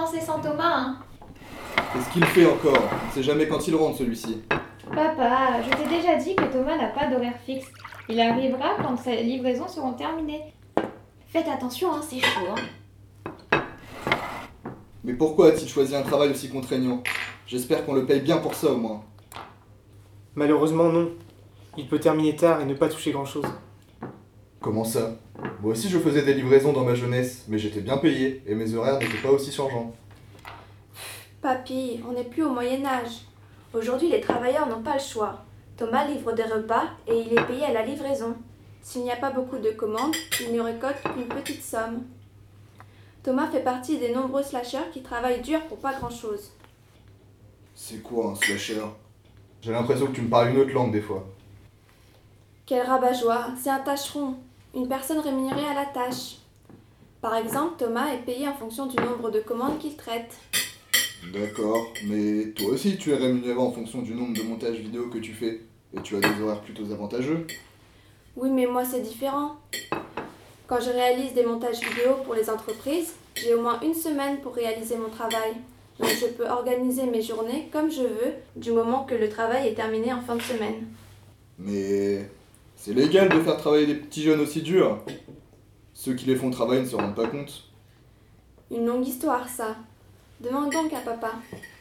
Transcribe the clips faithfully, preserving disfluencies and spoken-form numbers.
avancer sans Thomas, hein. Qu'est-ce qu'il fait encore? On ne sait jamais quand il rentre, celui-ci. Papa, je t'ai déjà dit que Thomas n'a pas d'horaire fixe. Il arrivera quand ses livraisons seront terminées. Faites attention, hein, c'est chaud. Hein. Mais pourquoi a-t-il choisi un travail aussi contraignant? J'espère qu'on le paye bien pour ça, au moins. Malheureusement, non. Il peut terminer tard et ne pas toucher grand-chose. Comment ça? Moi aussi je faisais des livraisons dans ma jeunesse, mais j'étais bien payé, et mes horaires n'étaient pas aussi changeants. Papy, on n'est plus au Moyen-Âge. Aujourd'hui, les travailleurs n'ont pas le choix. Thomas livre des repas et il est payé à la livraison. S'il n'y a pas beaucoup de commandes, il ne récolte qu'une petite somme. Thomas fait partie des nombreux slasheurs qui travaillent dur pour pas grand-chose. C'est quoi un slasher? J'ai l'impression que tu me parles une autre langue des fois. Quel rabat-joie, c'est un tâcheron, une personne rémunérée à la tâche. Par exemple, Thomas est payé en fonction du nombre de commandes qu'il traite. D'accord, mais toi aussi tu es rémunéré en fonction du nombre de montages vidéo que tu fais, et tu as des horaires plutôt avantageux. Oui, mais moi c'est différent. Quand je réalise des montages vidéo pour les entreprises, j'ai au moins une semaine pour réaliser mon travail. Donc je peux organiser mes journées comme je veux, du moment que le travail est terminé en fin de semaine. Mais c'est légal de faire travailler des petits jeunes aussi durs. Ceux qui les font travailler ne se rendent pas compte. Une longue histoire, ça. Demande donc à papa.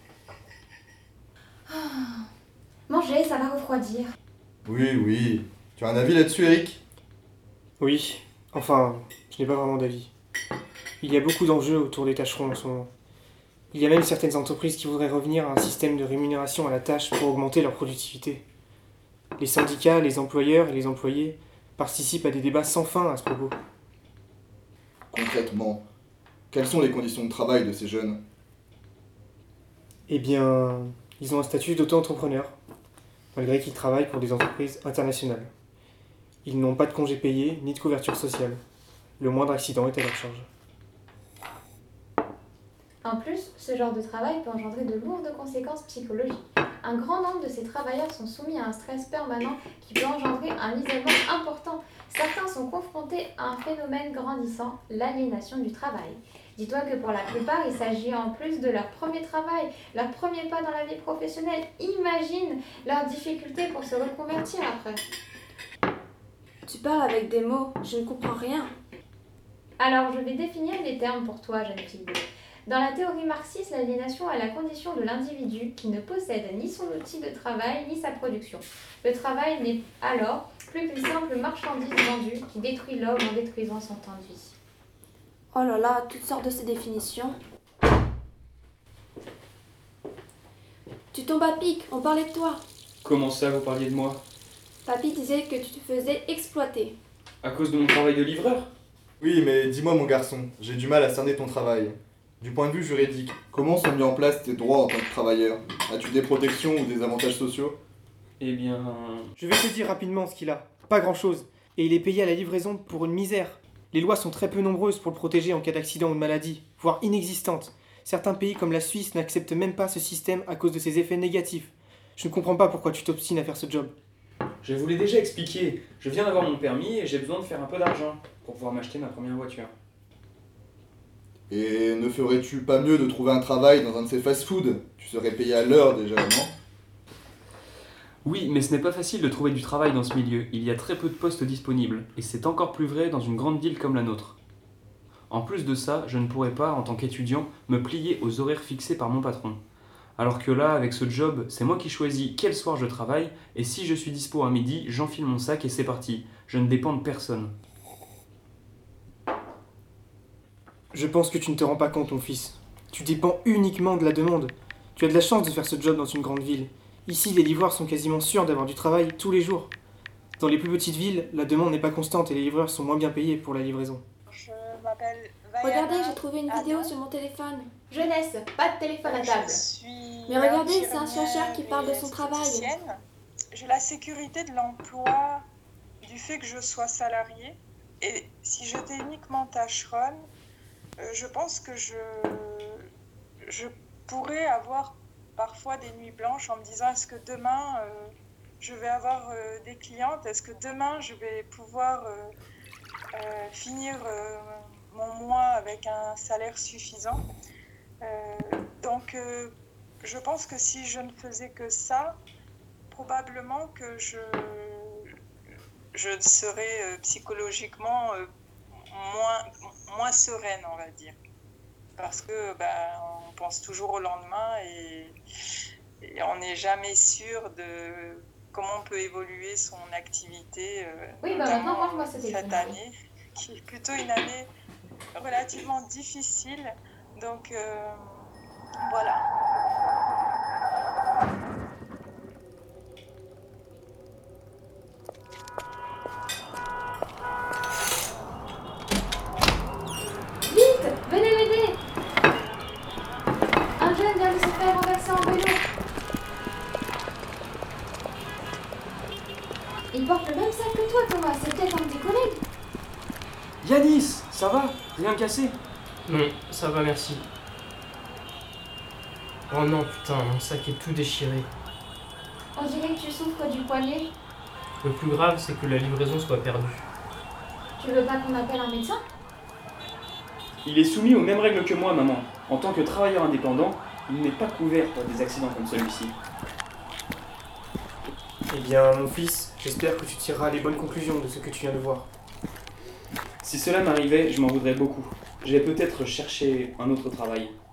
Ah. Mangez, ça va refroidir. Oui, oui. Tu as un avis là-dessus, Eric? Oui, enfin, je n'ai pas vraiment d'avis. Il y a beaucoup d'enjeux autour des tâcherons en ce moment. Il y a même certaines entreprises qui voudraient revenir à un système de rémunération à la tâche pour augmenter leur productivité. Les syndicats, les employeurs et les employés participent à des débats sans fin à ce propos. Concrètement, quelles sont les conditions de travail de ces jeunes? Eh bien, ils ont un statut d'auto-entrepreneur, malgré qu'ils travaillent pour des entreprises internationales. Ils n'ont pas de congés payés ni de couverture sociale. Le moindre accident est à leur charge. En plus, ce genre de travail peut engendrer de lourdes conséquences psychologiques. Un grand nombre de ces travailleurs sont soumis à un stress permanent qui peut engendrer un isolement important. Certains sont confrontés à un phénomène grandissant, l'aliénation du travail. Dis-toi que pour la plupart, il s'agit en plus de leur premier travail, leur premier pas dans la vie professionnelle. Imagine leurs difficultés pour se reconvertir après. Tu parles avec des mots, je ne comprends rien. Alors, je vais définir des termes pour toi, jeune fille. Dans la théorie marxiste, l'aliénation est la condition de l'individu qui ne possède ni son outil de travail ni sa production. Le travail n'est alors plus qu'une simple marchandise vendue qui détruit l'homme en détruisant son temps de vie. Oh là là, toutes sortes de ces définitions. Tu tombes à pic, on parlait de toi. Comment ça, vous parliez de moi? Papy disait que tu te faisais exploiter. À cause de mon travail de livreur? Oui, mais dis-moi mon garçon, j'ai du mal à cerner ton travail. Du point de vue juridique, comment sont mis en place tes droits en tant que travailleur? As-tu des protections ou des avantages sociaux? Eh bien... Je vais te dire rapidement ce qu'il a. Pas grand-chose. Et il est payé à la livraison pour une misère. Les lois sont très peu nombreuses pour le protéger en cas d'accident ou de maladie, voire inexistantes. Certains pays comme la Suisse n'acceptent même pas ce système à cause de ses effets négatifs. Je ne comprends pas pourquoi tu t'obstines à faire ce job. Je vous l'ai déjà expliqué. Je viens d'avoir mon permis et j'ai besoin de faire un peu d'argent pour pouvoir m'acheter ma première voiture. Et ne ferais-tu pas mieux de trouver un travail dans un de ces fast-food? Tu serais payé à l'heure déjà, non? Oui, mais ce n'est pas facile de trouver du travail dans ce milieu. Il y a très peu de postes disponibles, et c'est encore plus vrai dans une grande ville comme la nôtre. En plus de ça, je ne pourrais pas, en tant qu'étudiant, me plier aux horaires fixés par mon patron. Alors que là, avec ce job, c'est moi qui choisis quel soir je travaille, et si je suis dispo à midi, j'enfile mon sac et c'est parti. Je ne dépends de personne. Je pense que tu ne te rends pas compte, mon fils. Tu dépends uniquement de la demande. Tu as de la chance de faire ce job dans une grande ville. Ici, les livreurs sont quasiment sûrs d'avoir du travail tous les jours. Dans les plus petites villes, la demande n'est pas constante et les livreurs sont moins bien payés pour la livraison. Je m'appelle Vaiana. Regardez, j'ai trouvé une vidéo Adam. sur mon téléphone. Jeunesse, pas de téléphone à table. Je suis Mais regardez, c'est un infirmière chercheur qui parle de et son travail. esthéticienne. J'ai la sécurité de l'emploi du fait que je sois salariée. Et si j'étais uniquement tâcheronne, euh, je pense que je, je pourrais avoir parfois des nuits blanches en me disant est-ce que demain euh, je vais avoir euh, des clientes, est-ce que demain je vais pouvoir euh, euh, finir euh, mon mois avec un salaire suffisant. Euh, donc, euh, je pense que si je ne faisais que ça, probablement que je, je serais euh, psychologiquement euh, moins, moins sereine, on va dire. Parce que ben, on pense toujours au lendemain et, et on n'est jamais sûr de comment on peut évoluer son activité, euh, Oui, bah notamment maintenant, moi, je vois cet cette exemple. année, qui est plutôt une année relativement difficile. Donc, euh, voilà. Vite, venez m'aider. Un jeune vient de se faire renverser en vélo. Il porte le même sac que toi, Thomas. C'est peut-être un de tes collègues. Yanis, ça va? Rien cassé? Non, ça va, merci. Oh non, putain, mon sac est tout déchiré. On dirait que tu souffres du poignet. Le plus grave, c'est que la livraison soit perdue. Tu veux pas qu'on appelle un médecin? Il est soumis aux mêmes règles que moi, maman. En tant que travailleur indépendant, il n'est pas couvert par des accidents comme celui-ci. Eh bien, mon fils, j'espère que tu tireras les bonnes conclusions de ce que tu viens de voir. Si cela m'arrivait, je m'en voudrais beaucoup. Je vais peut-être chercher un autre travail.